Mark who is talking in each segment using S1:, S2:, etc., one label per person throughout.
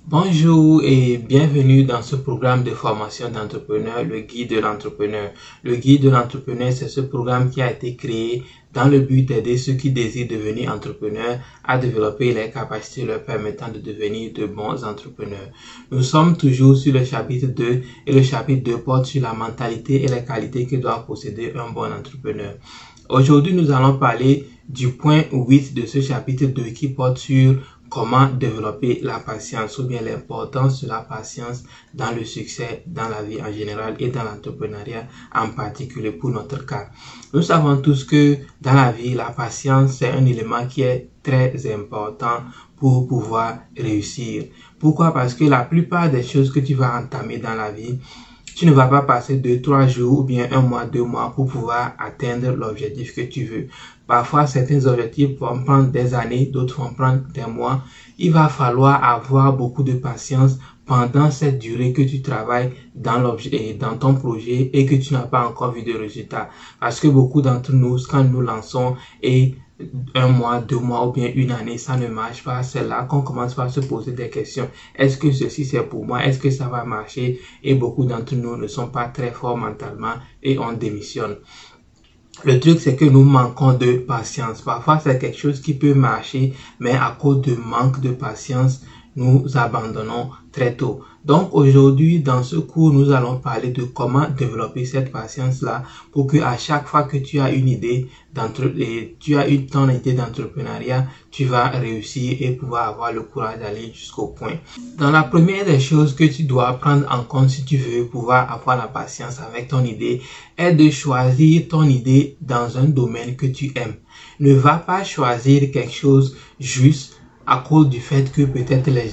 S1: Bonjour et bienvenue dans ce programme de formation d'entrepreneur, le guide de l'entrepreneur. Le guide de l'entrepreneur, c'est ce programme qui a été créé dans le but d'aider ceux qui désirent devenir entrepreneurs à développer les capacités leur permettant de devenir de bons entrepreneurs. Nous sommes toujours sur le chapitre 2 et le chapitre 2 porte sur la mentalité et les qualités que doit posséder un bon entrepreneur. Aujourd'hui, nous allons parler du point 8 de ce chapitre 2 qui porte sur comment développer la patience ou bien l'importance de la patience dans le succès, dans la vie en général et dans l'entrepreneuriat en particulier pour notre cas. Nous savons tous que dans la vie, la patience, c'est un élément qui est très important pour pouvoir réussir. Pourquoi? Parce que la plupart des choses que tu vas entamer dans la vie, tu ne vas pas passer 2-3 jours ou bien 1 mois, 2 mois pour pouvoir atteindre l'objectif que tu veux. Parfois, certains objectifs vont prendre des années, d'autres vont prendre des mois. Il va falloir avoir beaucoup de patience pendant cette durée que tu travailles dans ton projet et que tu n'as pas encore vu de résultats. Parce que beaucoup d'entre nous, quand nous lançons et 1 mois, 2 mois ou bien 1 année, ça ne marche pas. C'est là qu'on commence par se poser des questions. Est-ce que ceci c'est pour moi? Est-ce que ça va marcher? Et beaucoup d'entre nous ne sont pas très forts mentalement et on démissionne. Le truc, c'est que nous manquons de patience. Parfois, c'est quelque chose qui peut marcher, mais à cause de manque de patience, nous abandonnons très tôt. Donc, aujourd'hui, dans ce cours, nous allons parler de comment développer cette patience-là pour que à chaque fois que tu as une idée ton idée d'entrepreneuriat, tu vas réussir et pouvoir avoir le courage d'aller jusqu'au point. Dans la première des choses que tu dois prendre en compte si tu veux pouvoir avoir la patience avec ton idée, est de choisir ton idée dans un domaine que tu aimes. Ne va pas choisir quelque chose juste à cause du fait que peut-être les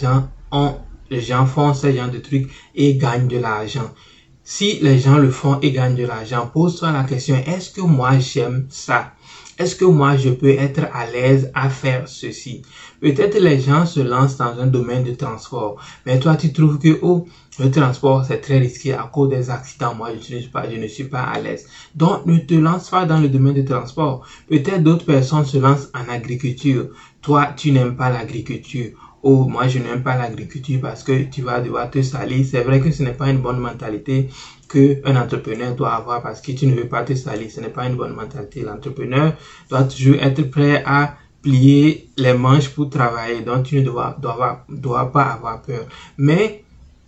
S1: gens font ce genre de trucs et gagnent de l'argent. Si les gens le font et gagnent de l'argent, pose-toi la question, est-ce que moi j'aime ça? Est-ce que moi je peux être à l'aise à faire ceci? Peut-être les gens se lancent dans un domaine de transport, mais toi tu trouves que le transport c'est très risqué à cause des accidents. Moi je ne suis pas à l'aise. Donc ne te lance pas dans le domaine de transport. Peut-être d'autres personnes se lancent en agriculture. Toi tu n'aimes pas l'agriculture. Moi je n'aime pas l'agriculture parce que tu vas devoir te salir. C'est vrai que ce n'est pas une bonne mentalité qu'un entrepreneur doit avoir parce que tu ne veux pas te salir. Ce n'est pas une bonne mentalité. L'entrepreneur doit toujours être prêt à plier les manches pour travailler. Donc tu ne dois pas avoir peur. Mais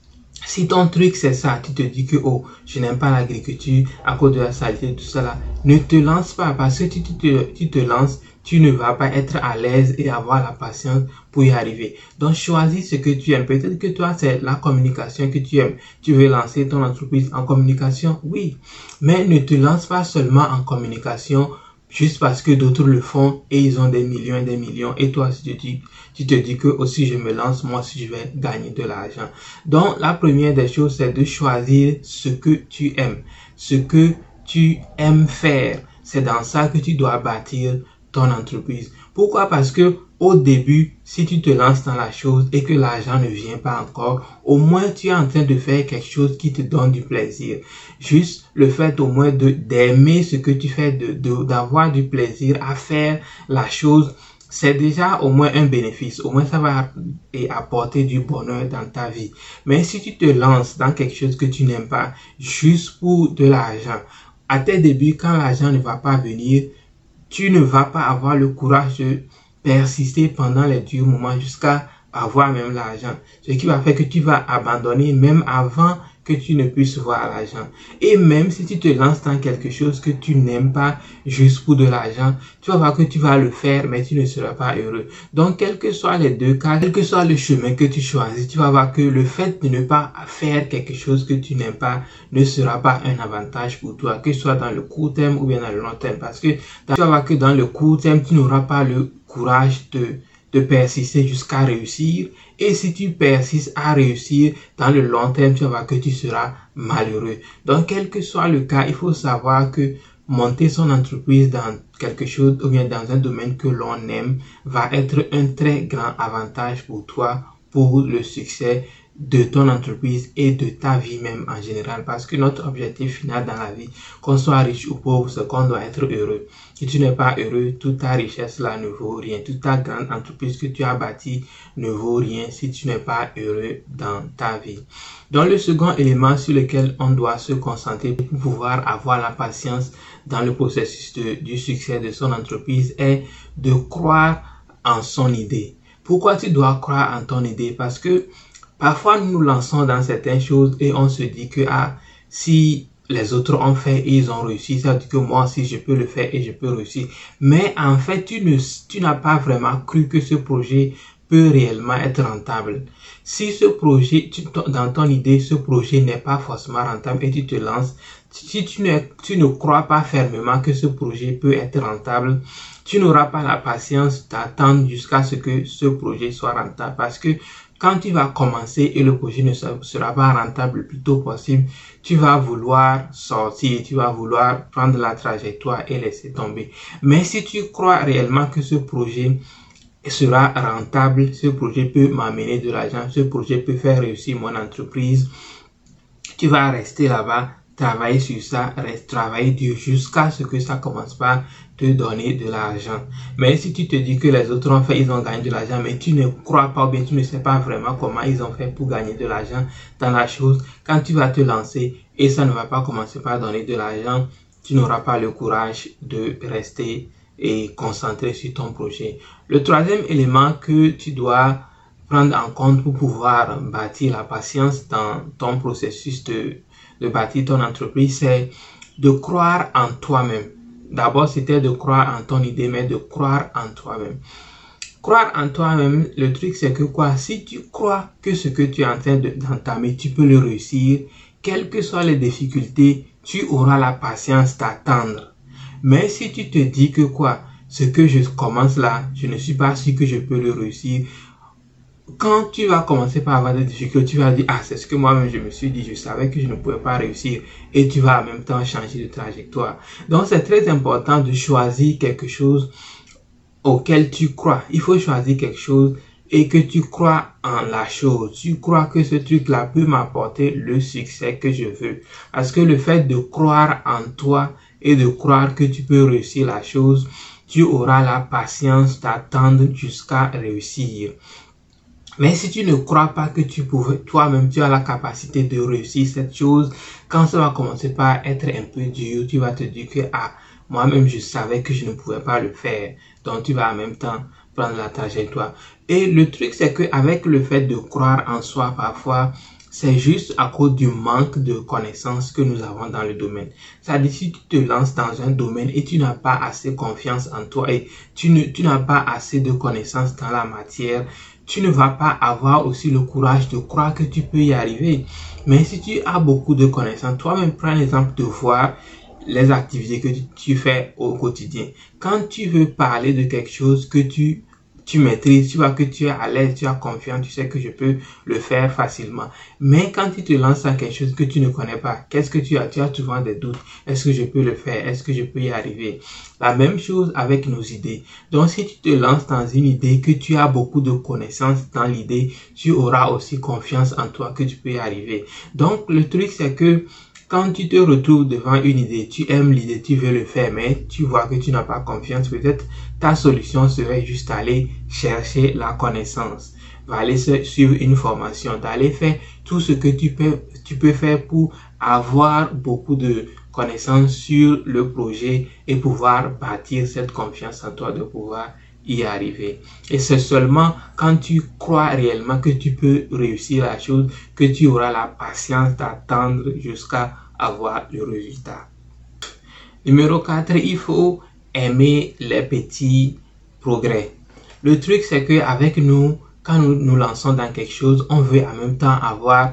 S1: si ton truc c'est ça, tu te dis que je n'aime pas l'agriculture à cause de la saleté, tout ça là, ne te lance pas parce que tu te lances, tu ne vas pas être à l'aise et avoir la patience pour y arriver. Donc choisis ce que tu aimes. Peut-être que toi c'est la communication que tu aimes. Tu veux lancer ton entreprise en communication, oui. Mais ne te lance pas seulement en communication juste parce que d'autres le font et ils ont des millions et toi tu te dis que aussi je me lance, moi aussi je vais gagner de l'argent. Donc la première des choses c'est de choisir ce que tu aimes, ce que tu aimes faire. C'est dans ça que tu dois bâtir ton entreprise. Pourquoi? Parce que au début, si tu te lances dans la chose et que l'argent ne vient pas encore, au moins tu es en train de faire quelque chose qui te donne du plaisir. Juste le fait au moins d'aimer ce que tu fais, d'avoir du plaisir à faire la chose, c'est déjà au moins un bénéfice. Au moins ça va apporter du bonheur dans ta vie. Mais si tu te lances dans quelque chose que tu n'aimes pas, juste pour de l'argent, à tes débuts, quand l'argent ne va pas venir, tu ne vas pas avoir le courage de persister pendant les durs moments jusqu'à avoir même l'argent. Ce qui va faire que tu vas abandonner même avant que tu ne puisses voir l'argent. Et même si tu te lances dans quelque chose que tu n'aimes pas juste pour de l'argent, tu vas voir que tu vas le faire, mais tu ne seras pas heureux. Donc, quel que soit les deux cas, quel que soit le chemin que tu choisis, tu vas voir que le fait de ne pas faire quelque chose que tu n'aimes pas ne sera pas un avantage pour toi, que ce soit dans le court terme ou bien dans le long terme. Parce que tu vas voir que dans le court terme, tu n'auras pas le courage de persister jusqu'à réussir. Et si tu persistes à réussir dans le long terme, tu vas voir que tu seras malheureux. Donc, quel que soit le cas, il faut savoir que monter son entreprise dans quelque chose ou bien dans un domaine que l'on aime va être un très grand avantage pour toi, pour le succès de ton entreprise et de ta vie même en général. Parce que notre objectif final dans la vie, qu'on soit riche ou pauvre, c'est qu'on doit être heureux. Si tu n'es pas heureux, toute ta richesse là ne vaut rien. Toute ta grande entreprise que tu as bâtie ne vaut rien si tu n'es pas heureux dans ta vie. Donc le second élément sur lequel on doit se concentrer pour pouvoir avoir la patience dans le processus du succès de son entreprise est de croire en son idée. Pourquoi tu dois croire en ton idée? Parce que parfois nous nous lançons dans certaines choses et on se dit que si les autres ont fait et ils ont réussi, ça veut dire que moi aussi je peux le faire et je peux réussir. Mais en fait, tu n'as pas vraiment cru que ce projet peut réellement être rentable. Si ce projet, dans ton idée, ce projet n'est pas forcément rentable et tu te lances, si tu ne crois pas fermement que ce projet peut être rentable, tu n'auras pas la patience d'attendre jusqu'à ce que ce projet soit rentable. Parce que quand tu vas commencer et le projet ne sera pas rentable le plus tôt possible, tu vas vouloir sortir, tu vas vouloir prendre la trajectoire et laisser tomber. Mais si tu crois réellement que ce projet sera rentable, ce projet peut m'amener de l'argent, ce projet peut faire réussir mon entreprise, tu vas rester là-bas, travailler sur ça, travailler dur jusqu'à ce que ça commence par te donner de l'argent. Mais si tu te dis que les autres ont fait, ils ont gagné de l'argent, mais tu ne crois pas ou bien tu ne sais pas vraiment comment ils ont fait pour gagner de l'argent dans la chose, quand tu vas te lancer et ça ne va pas commencer par donner de l'argent, tu n'auras pas le courage de rester et concentrer sur ton projet. Le troisième élément que tu dois prendre en compte pour pouvoir bâtir la patience dans ton processus de bâtir ton entreprise, c'est de croire en toi-même. D'abord, c'était de croire en ton idée, mais de croire en toi-même. Croire en toi-même, le truc c'est que quoi? Si tu crois que ce que tu es en train d'entamer, tu peux le réussir, quelles que soient les difficultés, tu auras la patience d'attendre. Mais si tu te dis que quoi? Ce que je commence là, je ne suis pas sûr que je peux le réussir. Quand tu vas commencer par avoir des difficultés, tu vas dire, c'est ce que moi-même je me suis dit, je savais que je ne pouvais pas réussir et tu vas en même temps changer de trajectoire. Donc c'est très important de choisir quelque chose auquel tu crois. Il faut choisir quelque chose et que tu crois en la chose. Tu crois que ce truc-là peut m'apporter le succès que je veux. Parce que le fait de croire en toi et de croire que tu peux réussir la chose, tu auras la patience d'attendre jusqu'à réussir. Mais si tu ne crois pas que toi-même, tu as la capacité de réussir cette chose, quand ça va commencer par être un peu dur, tu vas te dire que, moi-même, je savais que je ne pouvais pas le faire. Donc, tu vas en même temps prendre la trajectoire. Et le truc, c'est qu'avec le fait de croire en soi, parfois, c'est juste à cause du manque de connaissances que nous avons dans le domaine. C'est-à-dire, si tu te lances dans un domaine et tu n'as pas assez confiance en toi et tu n'as pas assez de connaissances dans la matière, tu ne vas pas avoir aussi le courage de croire que tu peux y arriver. Mais si tu as beaucoup de connaissances, toi-même prends l'exemple de voir les activités que tu fais au quotidien. Quand tu veux parler de quelque chose que tu maîtrises, tu vois que tu es à l'aise, tu as confiance, tu sais que je peux le faire facilement. Mais quand tu te lances dans quelque chose que tu ne connais pas, qu'est-ce que tu as? Tu as souvent des doutes. Est-ce que je peux le faire? Est-ce que je peux y arriver? La même chose avec nos idées. Donc, si tu te lances dans une idée, que tu as beaucoup de connaissances dans l'idée, tu auras aussi confiance en toi que tu peux y arriver. Donc, le truc, c'est que quand tu te retrouves devant une idée, tu aimes l'idée, tu veux le faire, mais tu vois que tu n'as pas confiance, peut-être ta solution serait juste aller chercher la connaissance, aller suivre une formation, d'aller faire tout ce que tu peux faire pour avoir beaucoup de connaissances sur le projet et pouvoir bâtir cette confiance en toi de pouvoir y arriver. Et c'est seulement quand tu crois réellement que tu peux réussir la chose que tu auras la patience d'attendre jusqu'à avoir le résultat. Numéro 4, il faut aimer les petits progrès. Le truc, c'est que avec nous, quand nous nous lançons dans quelque chose, on veut en même temps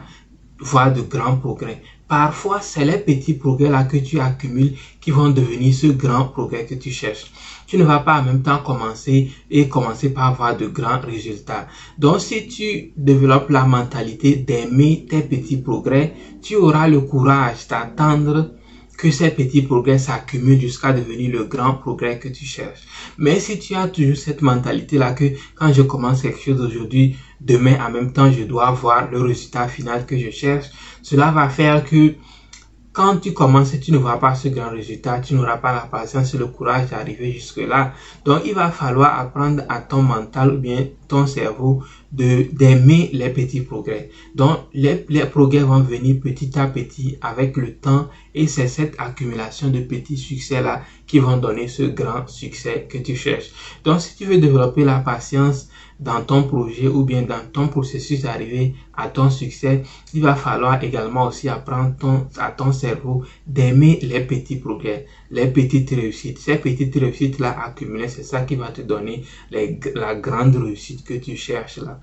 S1: voir de grands progrès. Parfois, c'est les petits progrès là que tu accumules qui vont devenir ce grand progrès que tu cherches. Tu ne vas pas en même temps commencer par avoir de grands résultats. Donc, si tu développes la mentalité d'aimer tes petits progrès, tu auras le courage d'attendre que ces petits progrès s'accumulent jusqu'à devenir le grand progrès que tu cherches. Mais si tu as toujours cette mentalité-là que quand je commence quelque chose aujourd'hui, demain en même temps, je dois voir le résultat final que je cherche, cela va faire que quand tu commences et tu ne vois pas ce grand résultat, tu n'auras pas la patience et le courage d'arriver jusque-là. Donc, il va falloir apprendre à ton mental ou bien ton cerveau d'aimer les petits progrès. Donc, les progrès vont venir petit à petit avec le temps et c'est cette accumulation de petits succès-là qui vont donner ce grand succès que tu cherches. Donc, si tu veux développer la patience dans ton projet ou bien dans ton processus d'arriver à ton succès, il va falloir également aussi apprendre à ton cerveau d'aimer les petits progrès, les petites réussites. Ces petites réussites-là accumulées, c'est ça qui va te donner la grande réussite que tu cherches là.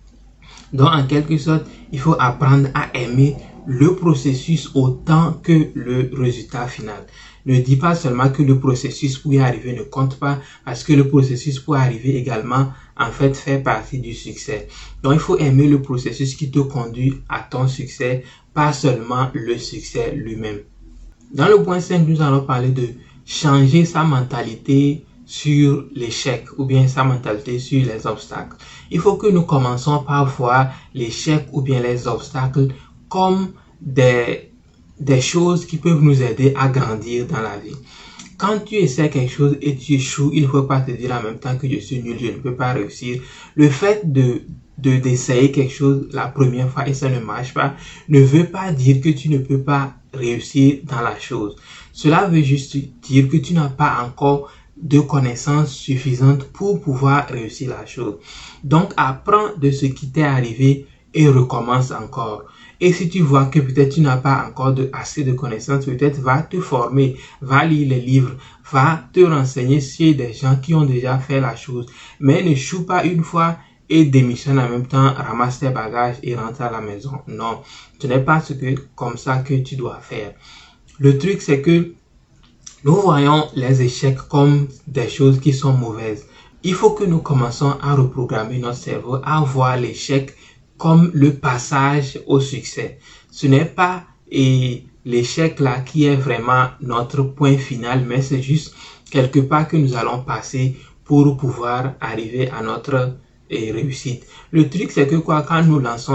S1: Donc, en quelque sorte, il faut apprendre à aimer le processus autant que le résultat final. Ne dis pas seulement que le processus pour y arriver ne compte pas, parce que le processus pour arriver également, en fait, fait partie du succès. Donc, il faut aimer le processus qui te conduit à ton succès, pas seulement le succès lui-même. Dans le point 5, nous allons parler de changer sa mentalité sur l'échec ou bien sa mentalité sur les obstacles. Il faut que nous commençons par voir l'échec ou bien les obstacles comme des choses qui peuvent nous aider à grandir dans la vie. Quand tu essaies quelque chose et tu échoues, il ne faut pas te dire en même temps que je suis nul, je ne peux pas réussir. Le fait d'essayer quelque chose la première fois et ça ne marche pas, ne veut pas dire que tu ne peux pas réussir dans la chose. Cela veut juste dire que tu n'as pas encore de connaissances suffisantes pour pouvoir réussir la chose. Donc, apprends de ce qui t'est arrivé et recommence encore. Et si tu vois que peut-être tu n'as pas encore assez de connaissances, peut-être va te former, va lire les livres, va te renseigner sur des gens qui ont déjà fait la chose. Mais ne choue pas une fois et démissionne en même temps, ramasse tes bagages et rentre à la maison. Non, ce n'est pas comme ça que tu dois faire. Le truc, c'est que nous voyons les échecs comme des choses qui sont mauvaises. Il faut que nous commençons à reprogrammer notre cerveau, à voir l'échec comme le passage au succès. Ce n'est pas l'échec là qui est vraiment notre point final, mais c'est juste quelque part que nous allons passer pour pouvoir arriver à notre réussite. Le truc, c'est que quand nous lançons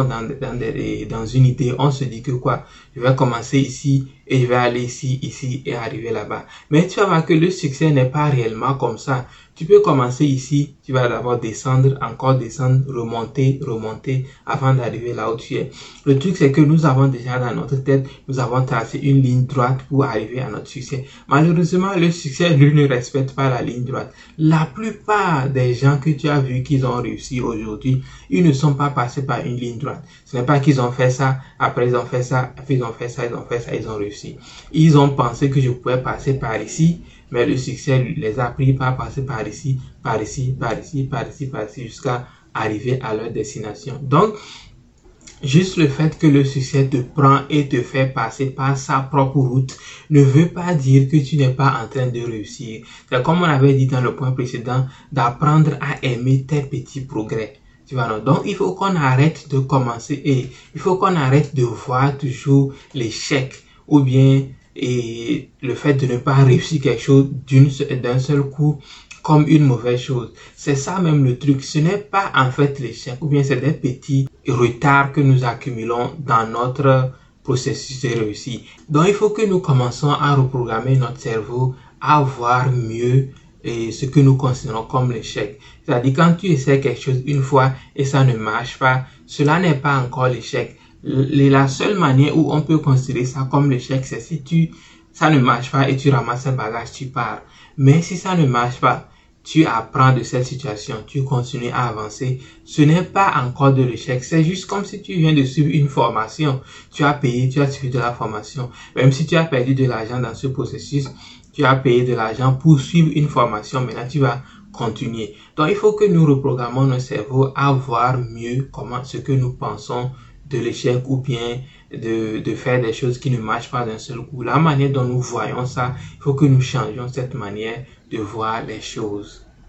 S1: dans une idée, on se dit que je vais commencer ici et je vais aller ici et arriver là-bas. Mais tu vas voir que le succès n'est pas réellement comme ça. Tu peux commencer ici, tu vas d'abord descendre, encore descendre, remonter avant d'arriver là où tu es. Le truc, c'est que nous avons déjà dans notre tête, nous avons tracé une ligne droite pour arriver à notre succès. Malheureusement, le succès, lui, ne respecte pas la ligne droite. La plupart des gens que tu as vu qu'ils ont réussi aujourd'hui, ils ne sont pas passés par une ligne droite. Ce n'est pas qu'ils ont fait ça, après ils ont fait ça, après ils ont fait ça, ils ont réussi. Ils ont pensé que je pouvais passer par ici, mais le succès les a pris par passer par ici, jusqu'à arriver à leur destination. Donc, juste le fait que le succès te prend et te fait passer par sa propre route ne veut pas dire que tu n'es pas en train de réussir. C'est comme on avait dit dans le point précédent, d'apprendre à aimer tes petits progrès. Tu vois, non? Donc, il faut qu'on arrête de commencer et il faut qu'on arrête de voir toujours l'échec ou bien le fait de ne pas réussir quelque chose d'un seul coup comme une mauvaise chose. C'est ça même le truc. Ce n'est pas en fait l'échec ou bien c'est des petits retards que nous accumulons dans notre processus de réussite. Donc, il faut que nous commençons à reprogrammer notre cerveau à voir mieux ce que nous considérons comme l'échec. C'est-à-dire quand tu essaies quelque chose une fois et ça ne marche pas, cela n'est pas encore l'échec. La seule manière où on peut considérer ça comme l'échec, c'est si ça ne marche pas et tu ramasses un bagage, tu pars. Mais si ça ne marche pas, tu apprends de cette situation, tu continues à avancer. Ce n'est pas encore de l'échec, c'est juste comme si tu viens de suivre une formation. Tu as payé, tu as suivi de la formation. Même si tu as perdu de l'argent dans ce processus, tu as payé de l'argent pour suivre une formation. Maintenant, tu vas continuer. Donc, il faut que nous reprogrammons notre cerveau à voir mieux ce que nous pensons de l'échec ou bien de faire des choses qui ne marchent pas d'un seul coup. La manière dont nous voyons ça, il faut que nous changions cette manière de voir les choses.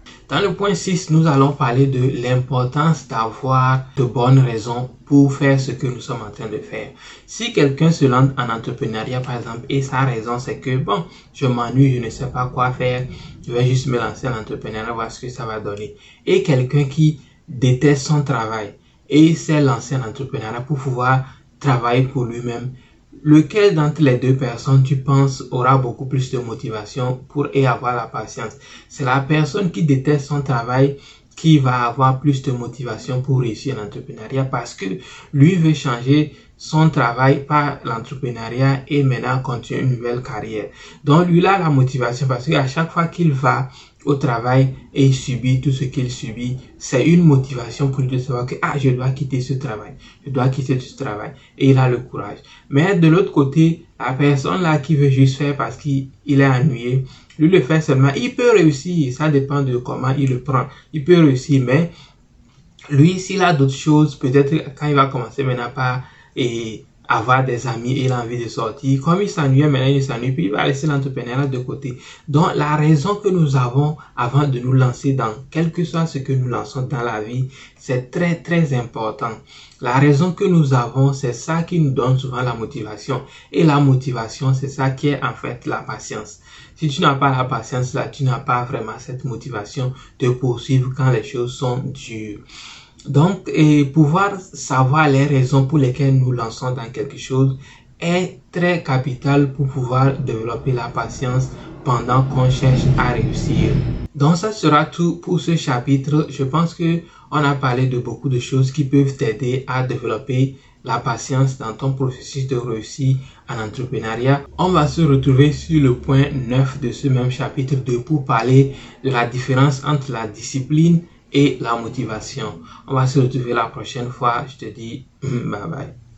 S1: Dans le point 6, nous allons parler de l'importance d'avoir de bonnes raisons pour faire ce que nous sommes en train de faire. Si quelqu'un se lance en entrepreneuriat, par exemple, et sa raison c'est que, bon, je m'ennuie, je ne sais pas quoi faire, je vais juste me lancer en entrepreneuriat, voir ce que ça va donner. Et quelqu'un qui déteste son travail et s'est lancé en entrepreneuriat pour pouvoir travailler pour lui-même, lequel d'entre les deux personnes tu penses aura beaucoup plus de motivation et avoir la patience? C'est la personne qui déteste son travail qui va avoir plus de motivation pour réussir l'entrepreneuriat parce que lui veut changer son travail par l'entrepreneuriat et maintenant continuer une nouvelle carrière. Donc lui a la motivation parce qu'à chaque fois qu'il va au travail et il subit tout ce qu'il subit, c'est une motivation pour lui de savoir que je dois quitter ce travail, et il a le courage. Mais de l'autre côté, la personne là qui veut juste faire parce qu'il est ennuyé, lui le fait seulement, il peut réussir, ça dépend de comment il le prend, il peut réussir, mais lui s'il a d'autres choses, peut-être quand il va commencer maintenant par avoir des amis et il a envie de sortir. Comme il s'ennuie, maintenant il s'ennuie, puis il va laisser l'entrepreneuriat de côté. Donc, la raison que nous avons avant de nous lancer dans quel que soit ce que nous lançons dans la vie, c'est très, très important. La raison que nous avons, c'est ça qui nous donne souvent la motivation. Et la motivation, c'est ça qui est en fait la patience. Si tu n'as pas la patience là, tu n'as pas vraiment cette motivation de poursuivre quand les choses sont dures. Donc, pouvoir savoir les raisons pour lesquelles nous lançons dans quelque chose est très capital pour pouvoir développer la patience pendant qu'on cherche à réussir. Donc, ça sera tout pour ce chapitre. Je pense que on a parlé de beaucoup de choses qui peuvent t'aider à développer la patience dans ton processus de réussite en entrepreneuriat. On va se retrouver sur le point 9 de ce même chapitre 2 pour parler de la différence entre la discipline et la motivation. On va se retrouver la prochaine fois. Je te dis bye bye.